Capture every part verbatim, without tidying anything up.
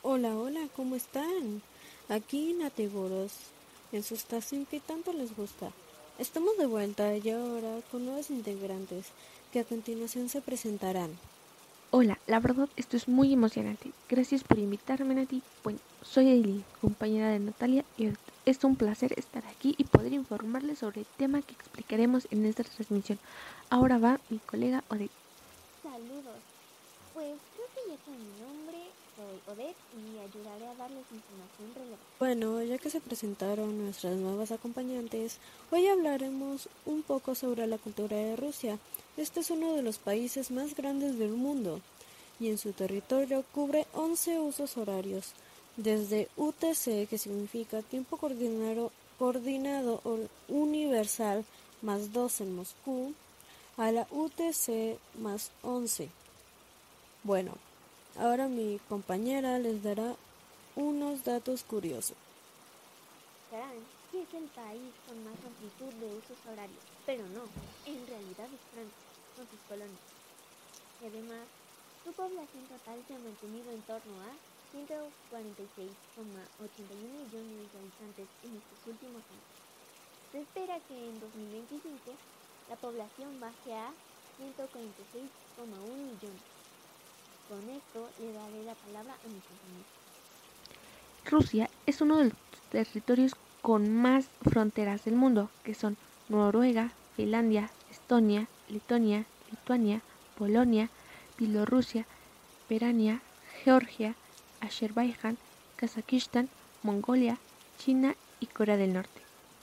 Hola, hola, ¿cómo están? Aquí Nategoros, en su estación que tanto les gusta. Estamos de vuelta y ahora con nuevos integrantes que a continuación se presentarán. Hola, la verdad esto es muy emocionante. Gracias por invitarme, Nati. Bueno, soy Aileen, compañera de Natalia, y es un placer estar aquí y poder informarles sobre el tema que explicaremos en esta transmisión. Ahora va mi colega Odette. Saludos. Pues creo que ya saben mi nombre, soy Odette y ayudaré a darles información relevante. Bueno, ya que se presentaron nuestras nuevas acompañantes, hoy hablaremos un poco sobre la cultura de Rusia. Este es uno de los países más grandes del mundo y en su territorio cubre once usos horarios, desde U T C, que significa tiempo coordinado, coordinado o universal, más dos en Moscú, a la U T C más once. Bueno, ahora mi compañera les dará unos datos curiosos. Verán que es el país con más amplitud de usos horarios, pero no, en realidad es Francia, con sus colonias. Y además, su población total se ha mantenido en torno a ciento cuarenta y seis coma ochenta y uno millones de habitantes en estos últimos años. Se espera que en dos mil veinticinco la población baje a ciento cuarenta y seis coma uno millones. Con esto le daré la palabra a mi compañero. Rusia es uno de los territorios con más fronteras del mundo, que son Noruega, Finlandia, Estonia, Letonia, Lituania, Polonia, Bielorrusia, Ucrania, Georgia, Azerbaiyán, Kazajistán, Mongolia, China y Corea del Norte.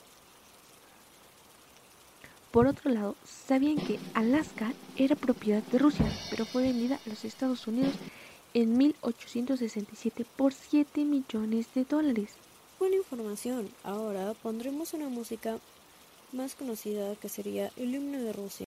Por otro lado, ¿sabían que Alaska era propiedad de Rusia, pero fue vendida a los Estados Unidos en mil ochocientos sesenta y siete por siete millones de dólares? Buena información. Ahora pondremos una música más conocida que sería el himno de Rusia.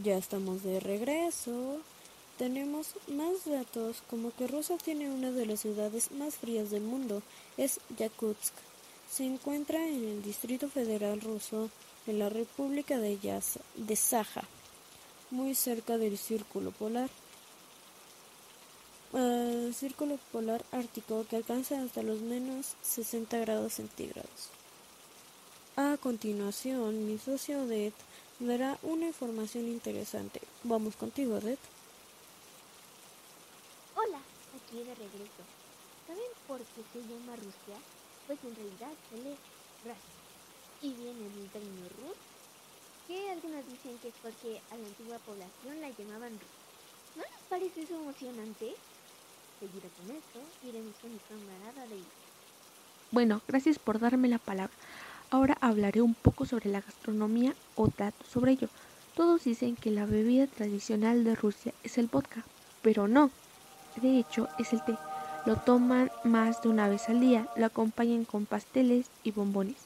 Ya estamos de regreso. Tenemos más datos, como que Rusia tiene una de las ciudades más frías del mundo, es Yakutsk. Se encuentra en el Distrito Federal ruso, en la República de, Yaz de Saja, muy cerca del Círculo Polar. Uh, círculo polar ártico que alcanza hasta los menos sesenta grados centígrados. A continuación, mi socio Odet dará una información interesante. Vamos contigo, Odet. Hola, aquí de regreso. ¿Saben por qué se llama Rusia? Pues en realidad se lee Rusia y viene del término Rus, que algunos dicen que es porque a la antigua población la llamaban Rus. ¿No les parece eso emocionante? Seguido con esto, iremos con mi camarada de Bueno, gracias por darme la palabra. Ahora hablaré un poco sobre la gastronomía o datos sobre ello. Todos dicen que la bebida tradicional de Rusia es el vodka, pero no. De hecho, es el té. Lo toman más de una vez al día, lo acompañan con pasteles y bombones.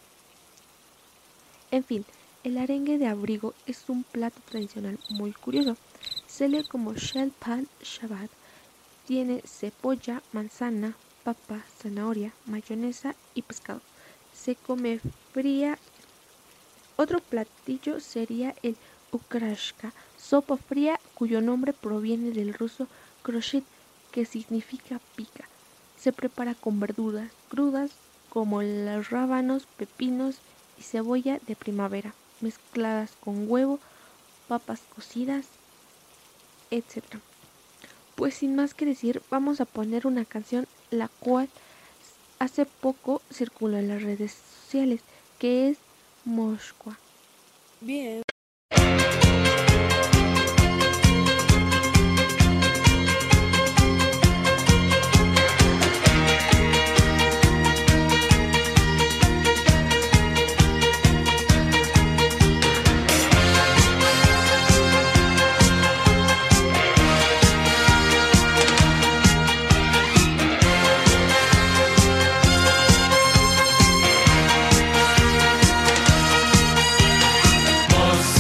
En fin, el arenque de abrigo es un plato tradicional muy curioso. Se lee como Shelpat Shabbat. Tiene cebolla, manzana, papa, zanahoria, mayonesa y pescado. Se come fría. Otro platillo sería el ukrashka, sopa fría cuyo nombre proviene del ruso kroshet, que significa pica. Se prepara con verduras crudas como los rábanos, pepinos y cebolla de primavera, mezcladas con huevo, papas cocidas, etcétera. Pues sin más que decir, vamos a poner una canción la cual hace poco circuló en las redes sociales, que es Moskva. Bien. Moscow.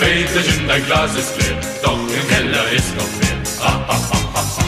Väterchen, dein Glas ist leer, doch im Keller ist noch mehr. Ha, ha, ha, ha, ha.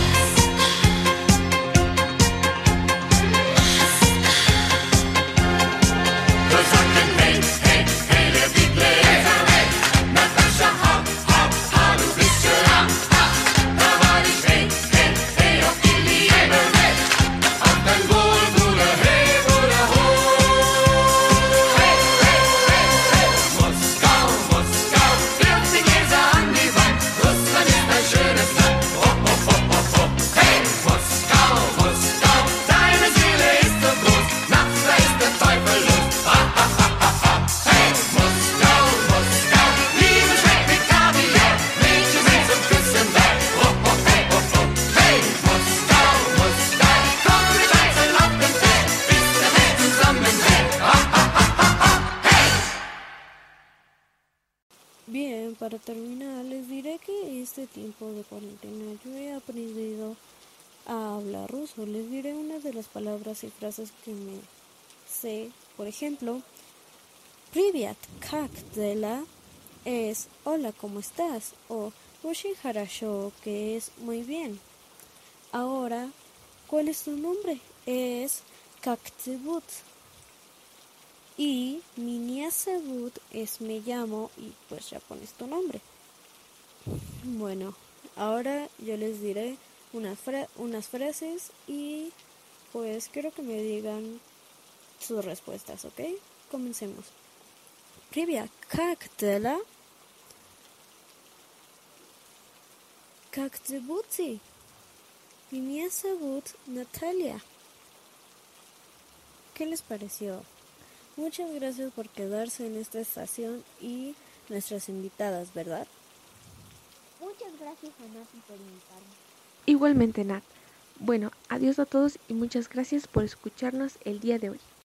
Wir sagen hey, hey, hey, der Beatles. Hey, Natascha, ha, ha, ha, du bist schön. Ha, ha, da war ich hey, hey, hey, auf die Liebe. Hey, auf dein Wohl, Bruder, hey, Bruder, ho. Hey, hey, hey, hey, Moskau, Moskau, vierzig Gläser an die Wand. Russland ist ein schönes Land. Oh, oh, oh, oh, oh. Hey, Moskau, Moskau, deine Seele ist so groß. Nachts, da ist der Teufel los. Ha, ha, ha, ha, ha. Hey, Moskau, Moskau, Liebe schmeckt wie Kaviar. Mädchen sind zum Küssen da. Oh, oh, hey, oh, oh. Hey, Moskau, Moskau, komm, wir tanzen auf dem Feld, bis der Welt zusammenfällt. Ha, ha, ha, ha, ha. Hey! Bien, para terminar, les diré que este tiempo de cuarentena yo he aprendido a hablar ruso. Les diré unas de las palabras y frases que me sé. Por ejemplo, Privyat, как dela es hola, ¿cómo estás? O Очень хорошо, que es muy bien. Ahora, ¿cuál es tu nombre? Es как зовут. Y Меня зовут es me llamo y pues ya pones tu nombre. Bueno, ahora yo les diré una fra- unas frases y pues quiero que me digan sus respuestas, ¿ok? Comencemos. Привет, как дела? Как зовут? Меня зовут Natalia. ¿Qué les pareció? Muchas gracias por quedarse en esta estación y nuestras invitadas, ¿verdad? Muchas gracias a Nati por invitarme. Igualmente, Nat. Bueno, adiós a todos y muchas gracias por escucharnos el día de hoy.